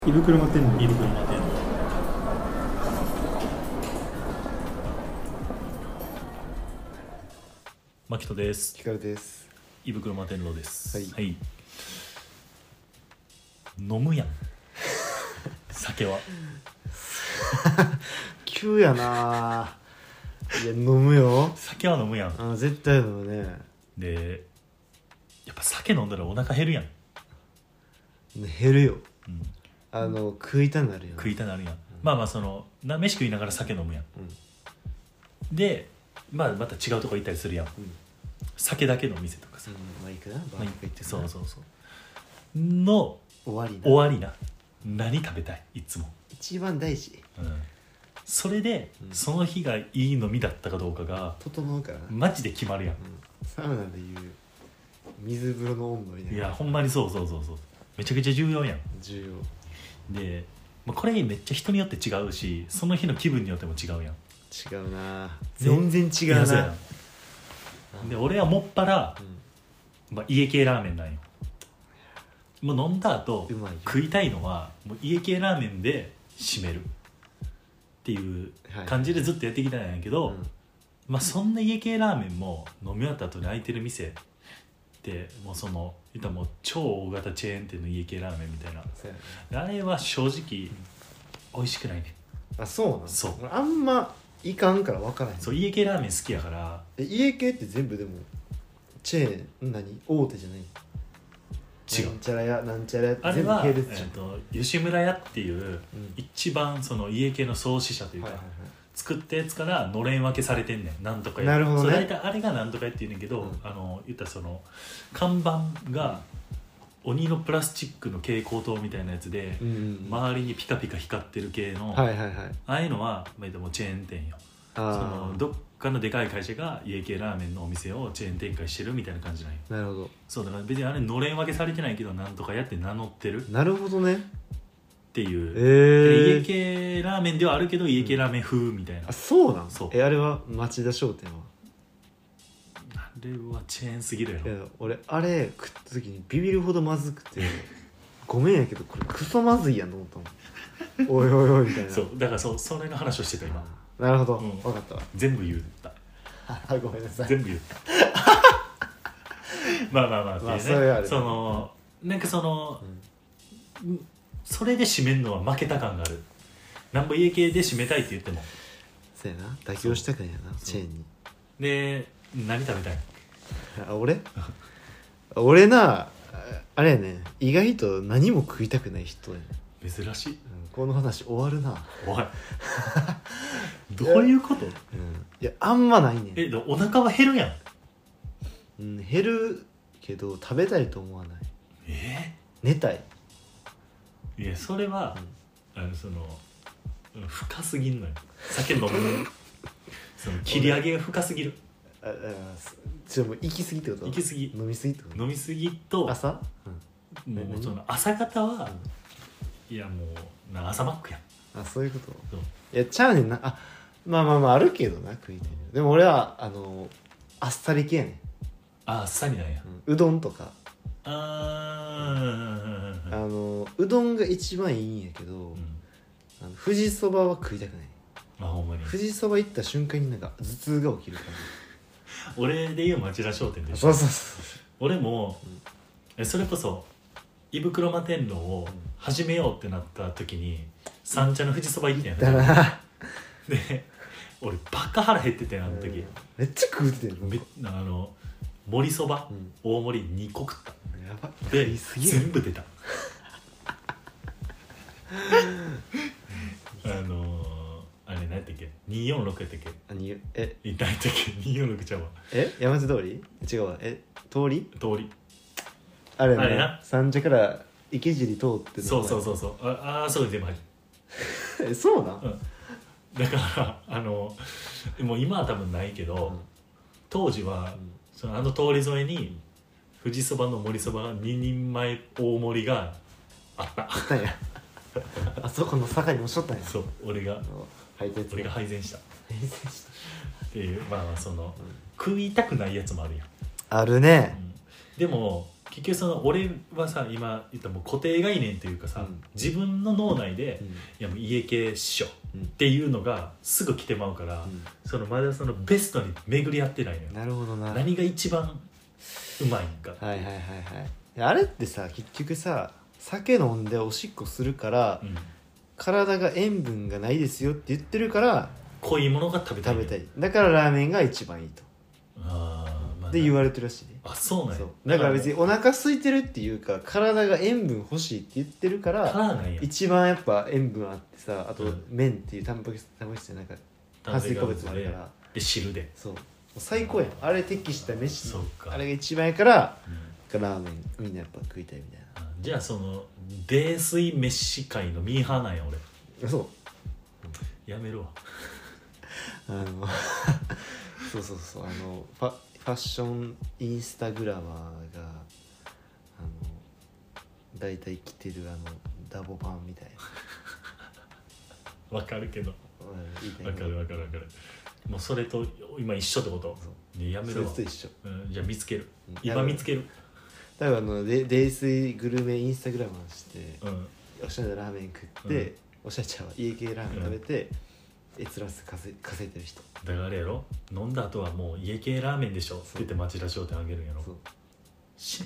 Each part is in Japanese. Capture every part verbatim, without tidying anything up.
胃袋の天胃袋の天の牧人です。 ヒカルです。 胃袋摩天楼です。 はい、 はい、飲むやん酒は急やな。いや飲むよ。 酒は飲むやん。 あ絶対飲むね。 でやっぱ酒飲んだらお腹減るやん。 減るよ、 うん、 あの食いたなるよ、ね、 食いたなるやん、うん、 ままあまあそのな飯食いながら酒飲むやん、うん、で、まあ、また違うとこ行ったりするやん、うん、酒だけの店とかさ、うん、 まあ行くなバー行ってそうそうそうの終わりな終わりな何食べたいいつも一番大事、 うん、それで、うん、その日がいい飲みだったかどうかが整うからなマジで決まるやん、うん、 サウナでいう水風呂の温度みたいな。 いやほんまにそうそうそうそうめちゃくちゃ重要やん。 重要で、まあ、これめっちゃ人によって違うしその日の気分によっても違うやん。 違うな全然違うな。 で俺はもっぱら、うんまあ、家系ラーメンなんよ。もう飲んだ後食いたいのはもう家系ラーメンで締めるっていう感じでずっとやってきたんやけど、はいうんまあ、そんな家系ラーメンも飲み終わった後に開いてる店ってもうその言ったらもう超大型チェーン店の家系ラーメンみたいな、ね、あれは正直美味しくないね。 あそうなんそう俺あんまいかんから分からへん。 そう家系ラーメン好きやからえ家系って全部でもチェーン何大手じゃない違うなんちゃらやなんちゃらやあれは、えー、と吉村屋っていう、うん、一番その家系の創始者というか、はいはいはい、作ったやつからのれん分けされてんねんなんとかやなるほど、ね、 そう大体あれがなんとかやって言うねんけど、うん、あの言ったらその看板が鬼のプラスチックの蛍光灯みたいなやつで、うんうんうん、周りにピカピカ光ってる系の、 はいはいはい、 ああいうのは、まあ、でもチェーン店よ。そのどっかのでかい会社が家系ラーメンのお店をチェーン展開してるみたいな感じなんよ。 なるほど。 そうだから別にあれのれん分けされてないけどなんとかやって名乗ってるなるほどねっていう、 えー、 家系ラーメンではあるけど家系ラーメン風みたいな、うん、 あそうなんそうえあれは町田商店はあれはチェーンすぎるやろ。 いや俺あれ食った時にビビるほどまずくてごめんやけどこれクソまずいやんと思ったもんおいおいおいみたいな。 そうだからそそれの話をしてた今。 なるほど、 うん、 分かったわ。 全部言ったあごめんなさい全部言ったまあまあまあっていうね、まあ、それはあるそのなんかその、うん、それで締めるのは負けた感がある。なんぼ家系で締めたいって言ってもそうやな妥協したくないやなチェーンに。 で何食べたいあ俺俺なあれやね意外と何も食いたくない人やね。 珍しい、うん、 この話終わるなおいどういうこと？ うん、いやあんまないねん。 えでお腹は減るやん、 うん、減るけど食べたいと思わない。 えー、寝たい。 いやそれは、うん、あのその深すぎんのよ酒飲むその切り上げが深すぎる。 ああちょっともう行き過ぎってこと？ 行き過ぎ飲み過ぎってこと？ 飲み過ぎと朝、 うん、もうその朝方は、うん、いやもうな朝マックやん。 あそういうこと。そういやちゃうねんな。あまあまあまああるけどな食いたい。でも俺はあのあっさり系やねん。 ああっさりなんや、 うん、うどんとかあ、うん、 あのうどんが一番いいんやけど、うん、あの富士そばは食いたくない。 あほんまに富士そば行った瞬間になんか頭痛が起きる感じ。 俺で言う町田商店でしょ。 そうそうそう俺も、うん、それこそ胃袋摩天楼を始めようってなった時に三茶の富士そば行ったやんだなで俺バカ腹減っててあの時、うん、 めっちゃ食うてるめあの盛りそば、うん、大盛りにこ食った。 やばで全部出たあのーあれ何やったっけにーよんろくやったっけあにえ何やったっけにーよんろくちゃうわえ山手通り違うわえ通り通りあれ、ね、あれな三茶から池尻通ってそうそうそうそうああそう全部入るえそうなん、 うん、だからあのもう今は多分ないけど、うん、当時は、うん、そのあの通り沿いに富士そばの盛りそばににんまえ大盛りがあったあったんやあそこの坂にもしとったんや。 そう俺が俺が配膳した配膳したっていうまあその、うん、食いたくないやつもあるやん。 あるね、 うん、でも結局その俺はさ今言ったもう固定概念というかさ、うん、自分の脳内で、うん、いやもう家系っしょっていうのがすぐ来てまうから、うん、そのまだそのベストに巡り合ってないのよ。 なるほどな。 何が一番うまいんか。 はいはいはいはい。あれってさ結局さ酒飲んでおしっこするから、うん、体が塩分がないですよって言ってるから濃いものが食べたい、 食べたい。だからラーメンが一番いいと。 あー、まあ、 で言われてるらしいね。 あ、そうなんや。 だから別にお腹空いてるっていうか体が塩分欲しいって言ってるから一番やっぱ塩分あってさ、あと麺っていうタンパク質タンパク質ってなんか炭水化物あるからで汁でそう最高やん。あれ適した飯あれが一番やから、うん、ラーメンみんなやっぱ食いたいみたいな。 じゃあその泥酔飯界のミーハーなんや俺。 そう、 やめろわあのそうそうそう、あのファファッションインスタグラマーがあのだいたい着てるあのダボパンみたいなわかるけど、 うん、 わかるわかるわかる。もうそれと今一緒ってこと。ね、やめろわ。 それと一緒、 うん、じゃあ見つける、うん、今見つける。 だからあの泥酔グルメインスタグラマーして、うん、おしゃれなラーメン食って、うん、おしゃれちゃんは家系ラーメン食べて、うん、閲覧数稼いでる人だからあれやろ、飲んだ後はもう家系ラーメンでしょって言って町田商店あげるんやろ。そうし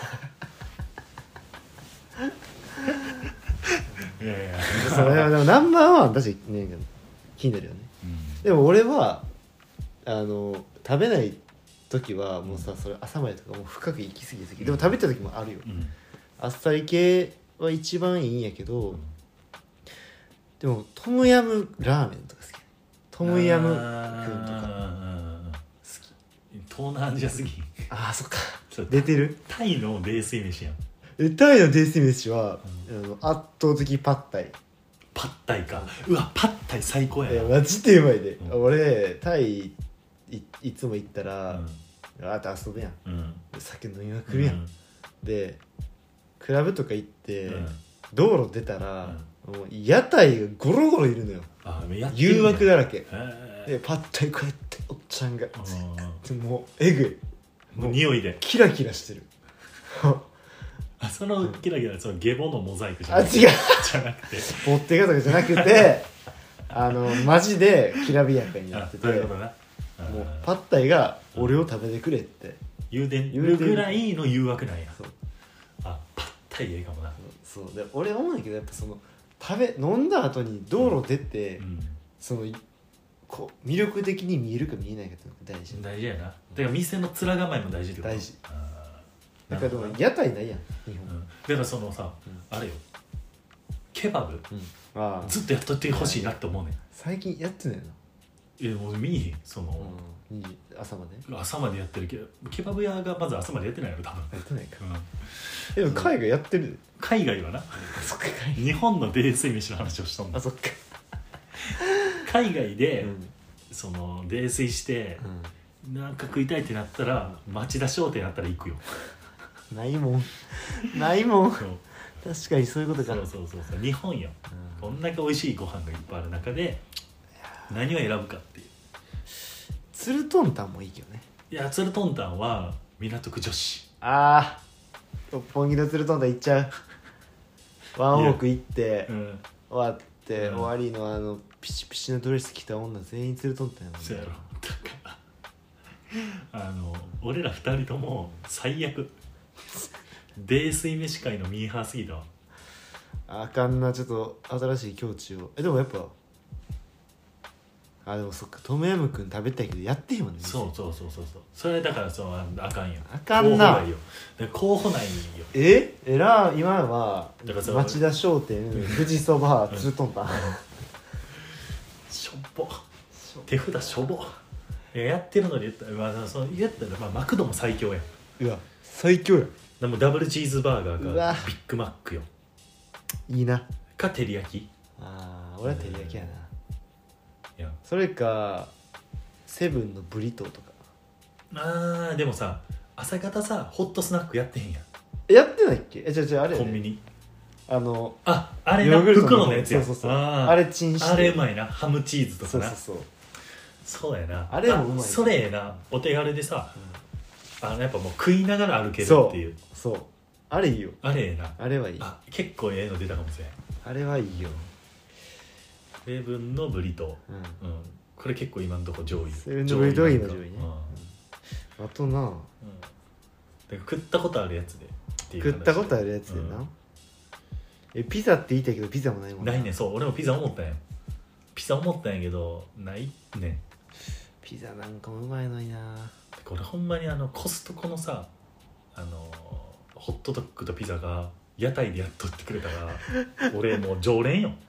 いやいやそれはでもナンバーワン私ね気になるよね、うん、でも俺はあの食べない時はもうさ、それ朝までとかもう深く行き過ぎすぎ、でも食べた時もあるよ、うん、あっさり系は一番いいんやけど、うん、でもトムヤムラーメンとか好き。トムヤムクンとか好き。 東南アジアすぎ。 ああそっか出てる。 タイの泥酔飯やん。 えタイの泥酔飯は、うん、あの圧倒的パッタイ。 パッタイか。うわパッタイ最高やな。 いやマジでうまいで、うん、俺タイ い, いつも行ったら、うん、あーって遊ぶやん、うん、酒飲みまくるやん、うん、でクラブとか行って、うん、道路出たら、うん、もう屋台がゴロゴロいるのよ。あやってるね、誘惑だらけでパッタイこうやっておっちゃんがもうえぐい、 もう匂いでキラキラしてるあそのキラキラそのゲボのモザイクじゃなくてあ違うじゃなくてボッテガとかじゃなくてあのマジできらびやかになってて、もうパッタイが俺を食べてくれって言うてるぐらいの誘惑なんや。そうあパッタイええかもな。 そうで俺思うんだけどやっぱその食べ飲んだ後に道路出て、うん、そのこう魅力的に見えるか見えないかって大事。 大事やな。だから店の面構えも大事ってこと。 大事。だからでも屋台ないやん日本、うん、 だからそのさ、うん、あれよケバブ、うん、あずっとやっとってほしいなって思うねん。 最近やってないの。 えもう見えへんその、 うん、朝まで朝までやってるけどケバブ屋がまず朝までやってないの多分。 やってないか、うん、でも海外やってる。 海外はな、 そっか日本の泥酔飯の話をしとんだ。 あそっか海外で、うん、その泥酔して、うん、なんか食いたいってなったら町田商店あったら行くよないもんないもん確かにそういうことか。 そうそうそうそう日本よ、うん、こんだけ美味しいご飯がいっぱいある中で何を選ぶかっていう。 ツルトンタンもいいけどね。 いやツルトンタンは港区女子。 あー六本木のツルトンタン行っちゃう。ワンオーク行って、うん、終わって、うん、終わりのあのピチピチのドレス着た女全員ツルトンタンやもんね。 そうやろ。だからあの俺ら二人とも最悪泥酔飯界のミーハーすぎたわ。 あかんなちょっと新しい境地を。えでもやっぱあでもそっかトムヤムクン食べたいけどやってへんもんね。 そうそうそうそうそうそれだからそうあかんよ。 あかんな。 候補ないよ。 ええら今は町田商店富士そばツルトンタンしょぼ手札しょぼ。いややってるので言ったら、まあ、その言ったら、まあ、マクドも最強や。 うわ最強や。 でもダブルチーズバーガーがビッグマックよ。 いいな。 か照り焼き。 ああ俺は照り焼きやな。 いやそれかセブンのブリトーとか。 あーでもさ朝方さホットスナックやってへんやん。 やってないっけ。えじゃじゃあれ、ね、 コンビニあのああれな袋のやつや。 そうそうそう あ, あれチンしてあれうまいな。ハムチーズとかな。 そうそうそうそうやな。 あれもうまい。 それえなお手軽でさ、 あのやっぱもう食いながら歩けるっていうそうそうあれいいよあれええなあれはいいあ結構ええの出たかもしれんあれはいいよセブンのブリトー、 うんうん、これ結構今のとこ上位セブンのブリトーいいの上位ね、 うん、 あとな、うん、 で食ったことあるやつでっていう食ったことあるやつでな、うん、えピザって言いたいけどピザもないもんなないねそう俺もピザ思ったんやピザ思ったんやけどないねピザなんかもうまいのになこれほんまにあのコストコのさあのホットドッグとピザが屋台でやっとってくれたら俺もう常連よ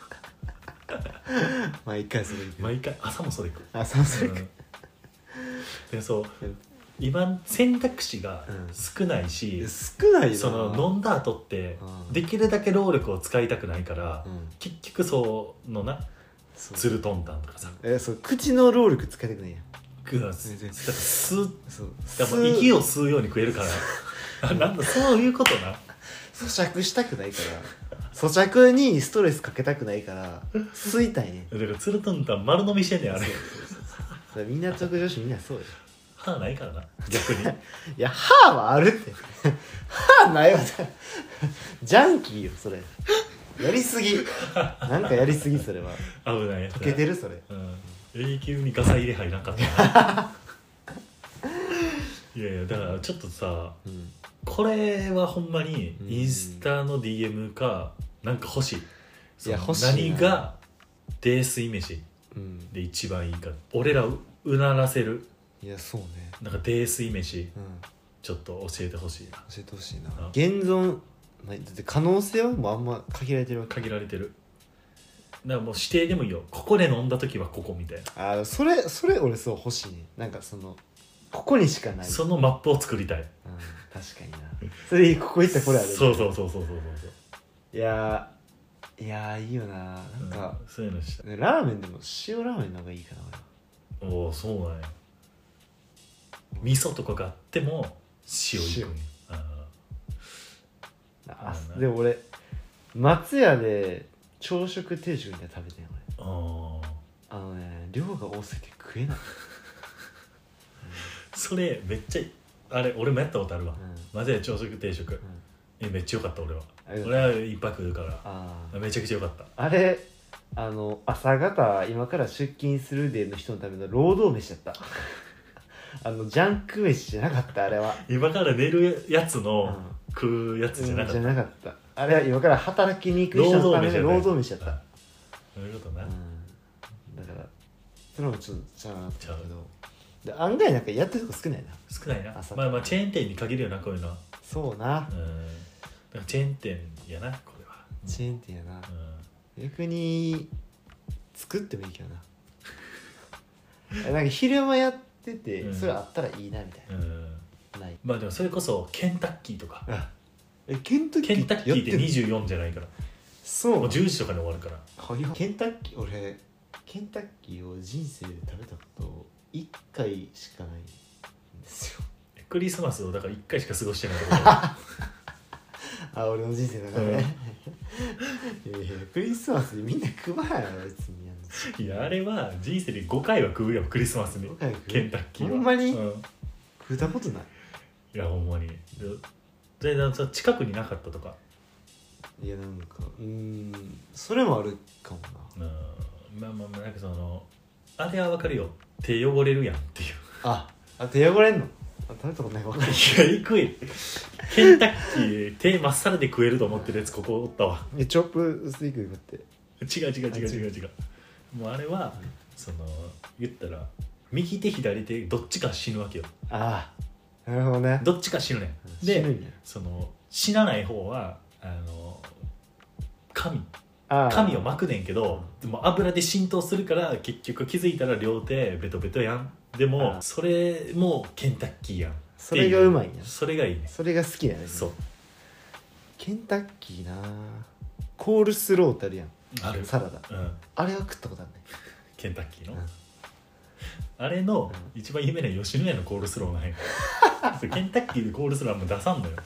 毎回それ行く毎回朝もそれ行く朝もそれ行く、うん、 でそう今選択肢が少ないし、 うん、少ないなその飲んだ後って、うん、できるだけ労力を使いたくないから、うん、結局そのなつるとんたんとかさえそう口の労力使いたくないやんグワス吸うだから息を吸うように食えるからなんだそういうことな咀嚼したくないから咀嚼にストレスかけたくないから吸いたいねだからつるとんたん丸飲みしてんねんあれそうそうそうみんな直女子みんなそうよ歯ないからな逆にいや歯はあるって歯ないわジャンキーよそれやりすぎなんかやりすぎそれは危ないやつ溶けてるそれ、 うん、永久にガサ入れ入らんかったいやいやだからちょっとさ、うん、これはほんまにインスタの ディーエム かなんか欲しい、いや欲しいな何が泥酔飯で一番いいか、うん、俺らうならせるいやそうねなんか泥酔飯、うん、ちょっと教えてほしいな教えてほしいな現存だって可能性はもうあんま限られてるわけ限られてるだからもう指定でもいいよここで飲んだ時はここみたいなあそれそれ俺そう欲しいねなんかそのここにしかないそのマップを作りたい、うん、 確かになそれここ行ったらこれあるそうそうそうそうそうそういやいやいいよななんか、 うん、そういうのした、 ね、ラーメンでも塩ラーメンの方がいいかな俺おおそうなんや味噌とかがあっても塩いくんやあでも俺松屋で朝食定食みたいな食べてん俺ああのね量が多すぎて食えない、うん、 それめっちゃあれ俺もやったことあるわ、うん、松屋朝食定食、うん、えめっちゃよかった俺は俺はいっぱい食うからあめちゃくちゃよかったあれあの朝方今から出勤するでの人のための労働飯だったあのジャンク飯じゃなかったあれは今から寝るやつの、うん食うやつじゃなかった、 うん、じゃなかったあれは今から働きに行く人のための労働飯だったそういうことな、うん、 だからそれもちょっとちゃうなって思うけどで案外なんかやってるとこ少ないな少ないなまあまあチェーン店に限るよなこういうのはそうな、うん、だからチェーン店やなこれは、 うん、チェーン店やな、うん、逆に作ってもいいけどななんか昼間やってて、うん、それあったらいいなみたいな、うんないまあでもそれこそケンタッキーとかえケンタッキーケンタッキーってにじゅうよんじゃないからそうもうじゅうじとかで終わるからケンタッキー俺ケンタッキーを人生で食べたこといっかいしかないんですよクリスマスをだからいっかいしか過ごしてないあ俺の人生だからね、うん、いやいやクリスマスでみんな食わないの別にいやあれは人生でごかいは食うよクリスマスにケンタッキーはほんまに、 うん、 食ったことないいやほんまにでで近くになかったとかいやなんかうんそれもあるかもなうんまあまあまあなんかそのあれはわかるよ手汚れるやんっていうああ手汚れんのあ食べたことないか分かるいやいくいケンタッキー手まっさらで食えると思ってるやつここおったわえチョップスティックこうやって違う違う違う違う違うもうあれは、うん、その言ったら右手左手どっちか死ぬわけよああなるほどねどっちか死ぬねんで、ね、その死なない方はあの紙紙を巻くねんけどでも油で浸透するから結局気づいたら両手ベトベトやんでもそれもケンタッキーやんそれがうまいんやそれがいいねそれが好きやねそうケンタッキーなコールスローってあるやんあるサラダ、 うん、 あれは食ったことあるねケンタッキーの、うんあれの一番有名な吉野家のコールスローなんやケンタッキーでコールスローはもう出さんのよ、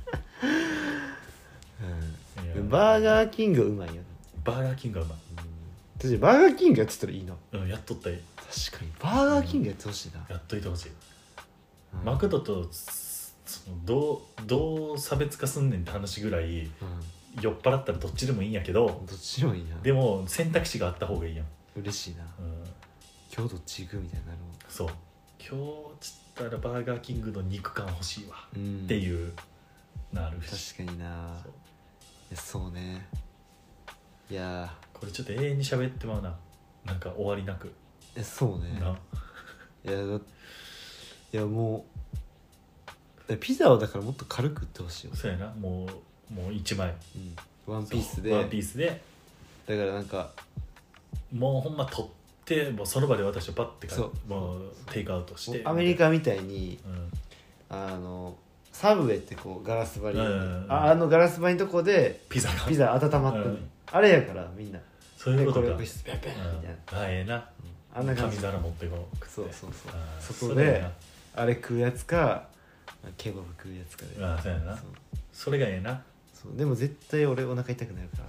うん、バーガーキングはうまいよバーガーキングはうまい、 うん、私バーガーキングやってたらいいなうんやっとったらいい確かにバーガーキングやってほしいな、 うん、やっといてほしい、 うん、マクドとそのどうどう差別化すんねんって話ぐらい、うん、酔っ払ったらどっちでもいいんやけど、 どっちでもいいな。 でも選択肢があった方がいいやん。 嬉しいな、うん、今日どっち行くみたいになるもん。 そう今日つったらバーガーキングの肉感欲しいわ、うん、っていうなるし。 確かにな。そういやそうね。いやこれちょっと永遠に喋ってまうな、なんか終わりなく。 えそうね。いやだいやもうピザをだからもっと軽く売ってほしいよ。 そうやな、もうもういちまい、 うん、ワンピースでワンピースでだからなんかもうほんま取ってもうその場で私はパッてかもうテイクアウトして。 アメリカみたいに、うん、あのサブウェイってこうガラス張り、うん、あ, あのガラス張りのとこでピザがピザ温まってる、うん、あれやからみんなそういうことか。 これペペペみたいな、 あええな、うん、あんな感じ。紙皿持ってこう。 そうそうそう。そこであれ食うやつかケバブ食うやつかで。 ああそうやな。そ, それがええな。 そうでも絶対俺お腹痛くなるから。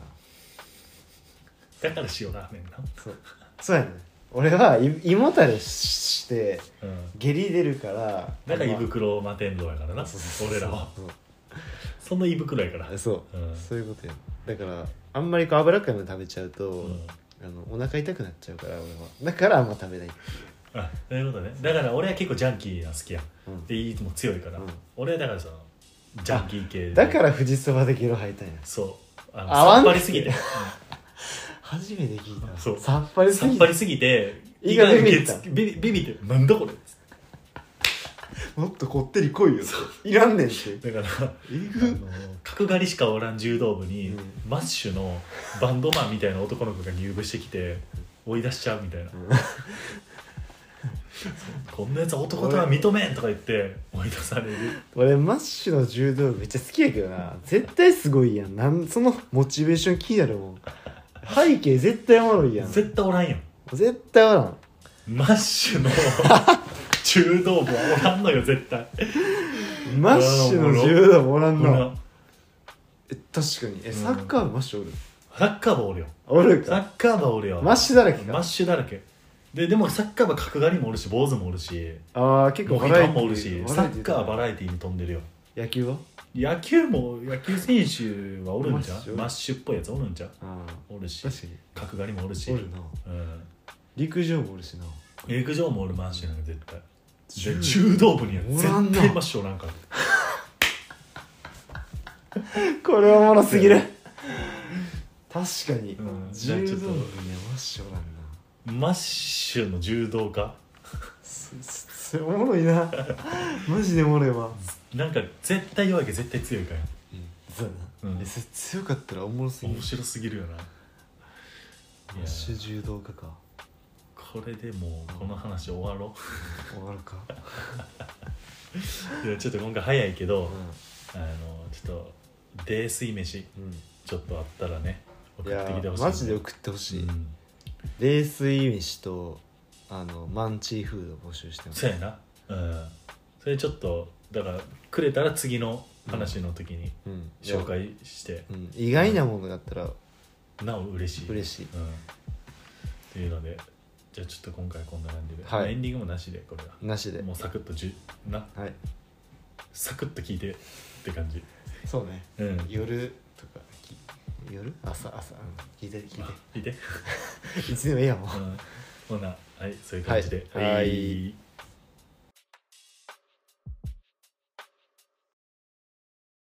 だから塩ラーメンな。 そうそうやね。俺は胃もたれして、うん、下痢出るから。 だから胃袋摩天楼やからな。俺らは。そうその胃袋やから。 そう、うん、そういうことや。だからあんまりこう脂っこいもの食べちゃうと、うん、あのお腹痛くなっちゃうから俺は。だからあんま食べない。 あそういうことね。だから俺は結構ジャンキーが好きやん、うん、でいつも強いから、うん、俺はだからそのジャンキー系だから富士そばでゲロ吐いたんや。 そうあのさっぱりすぎて初めて聞いた。 そうさっぱりすぎてさっぱりすぎて胃がビビった。 ビビビビってなんだこれもっとこってり来いよ。いらんねんって。 だから角刈りしかおらん柔道部に、うん、マッシュのバンドマンみたいな男の子が入部してきて追い出しちゃうみたいな、うん、こんなやつは男とは認めんとか言って追い出される。 俺マッシュの柔道部めっちゃ好きやけどな。絶対すごいやん。なんそのモチベーション気になるもん。背景絶対おもろいやん。 絶対おらんやん。 絶対おらん。 マッシュの柔道部はおらんのよ絶対。 マッシュの柔道部おらんな。え確かに。えサッカー部マッシュおる。 サッカー部おるよ。 おるか。 サッカー部おるよ。 マッシュだらけか。 マッシュだらけで。でもサッカー部角刈りもおるし坊主もおるし、 あ結構バラエティーもおるし、サッカーはバラエティーに飛んでるよ。 野球は野球も野球選手はおるんじゃん。マッシュっぽいやつおるんじゃん。おるし確かに角刈りもおるしおるな、うん、陸上もおるしな。 陸上もおるマッシュなんか絶対で柔道部には絶対マッシュおらんからこれはおもろすぎる。確かに、うん、柔道部にはマッシュおらんな。マッシュの柔道家それおもろいなマジでおもろいわ。 なんか絶対弱いけど絶対強いから、うん、 そうやな、うん、強かったらおもろすぎる。 面白すぎるよな。 マッシュ柔道家か。 これでもうこの話終わろう終わるかいやちょっと今回早いけど、うん、あのちょっと泥酔飯、うん、ちょっとあったらね送ってきてほしい。 いやマジで送ってほしい、うん、泥酔飯とあのマンチーフード募集してます。 そうやな、うん、それちょっとだからくれたら次の話の時に紹介して、 うんうん、意外なものがあったらなお嬉しい嬉しい、 うん、っていうのでじゃあちょっと今回こんな感じで、 はい、 エンディングもなしでこれはなしでもうサクッとじゅな、 はい、 サクッと聞いてって感じ。 そうね、 うん、 夜とか夜朝朝、うん、聞いて聞いて聞いていつでもいいやもう、 うん、ほなはいそういう感じで、 はい、はい